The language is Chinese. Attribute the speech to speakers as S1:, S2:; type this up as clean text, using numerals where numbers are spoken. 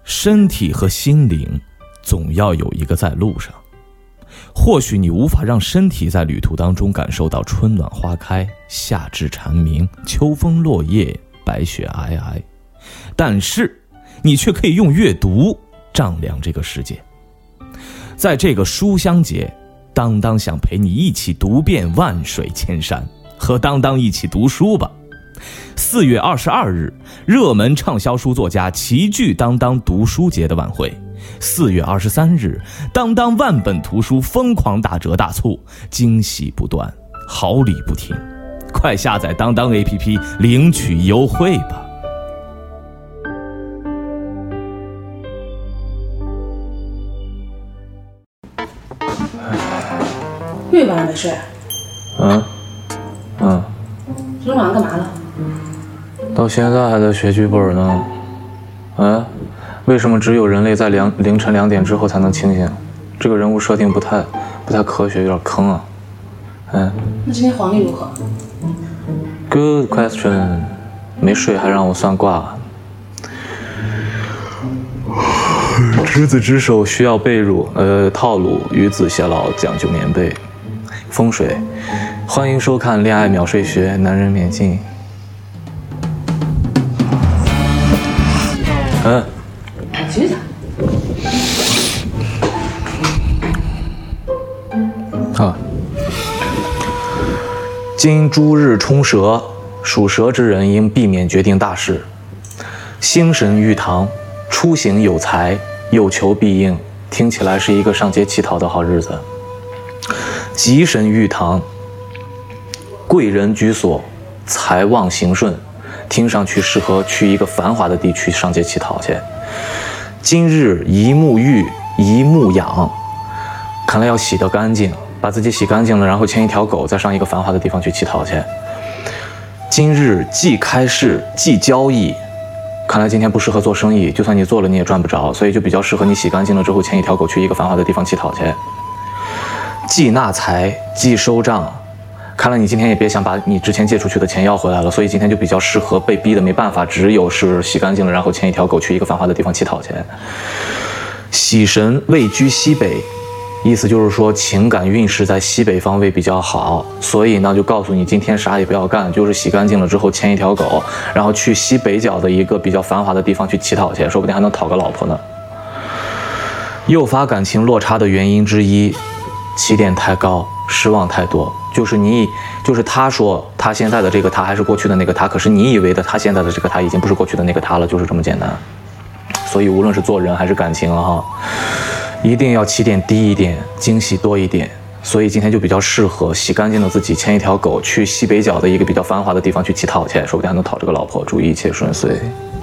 S1: 身体和心灵总要有一个在路上。或许你无法让身体在旅途当中感受到春暖花开、夏至蝉鸣、秋风落叶、白雪皑皑，但是你却可以用阅读丈量这个世界。在这个书香节，当当想陪你一起读遍万水千山，和当当一起读书吧。4月22日，热门畅销书作家齐聚当当读书节的晚会。4月23日，当当万本图书疯狂打折大促，惊喜不断，好礼不停，快下载当当 APP 领取优惠吧。
S2: 又一晚上没睡？昨天晚上干嘛了？
S3: 到现在还在写剧本呢。为什么只有人类在凌晨2点之后才能清醒？这个人物设定不太科学，有点坑啊。
S2: 那今天皇帝如何？
S3: Good question。没睡还让我算卦。执子之手需要被褥，套路与子偕老讲究棉被。风水，欢迎收看《恋爱秒睡学》，男人免进。
S2: 继续
S3: 讲。今诸日冲蛇，属蛇之人应避免决定大事。星神玉堂，出行有财，有求必应，听起来是一个上街乞讨的好日子。吉神玉堂，贵人居所，财旺行顺，听上去适合去一个繁华的地区上街乞讨去。今日一沐浴，一沐养，看来要洗得干净，把自己洗干净了，然后牵一条狗，再上一个繁华的地方去乞讨去。今日既开市，既交易，看来今天不适合做生意，就算你做了你也赚不着，所以就比较适合你洗干净了之后牵一条狗去一个繁华的地方乞讨去。既纳财，既收账，看来你今天也别想把你之前借出去的钱要回来了，所以今天就比较适合被逼的没办法，只有是洗干净了，然后牵一条狗去一个繁华的地方乞讨去。喜神位居西北，意思就是说情感运势在西北方位比较好，所以呢就告诉你今天啥也不要干，就是洗干净了之后牵一条狗，然后去西北角的一个比较繁华的地方去乞讨去，说不定还能讨个老婆呢。诱发感情落差的原因之一，起点太高，失望太多。就是他说他现在的这个他还是过去的那个他，可是你以为的他现在的这个他已经不是过去的那个他了，就是这么简单。所以无论是做人还是感情哈，一定要起点低一点，惊喜多一点。所以今天就比较适合洗干净了自己，牵一条狗去西北角的一个比较繁华的地方去乞讨去，说不定还能讨这个老婆，祝一切顺遂。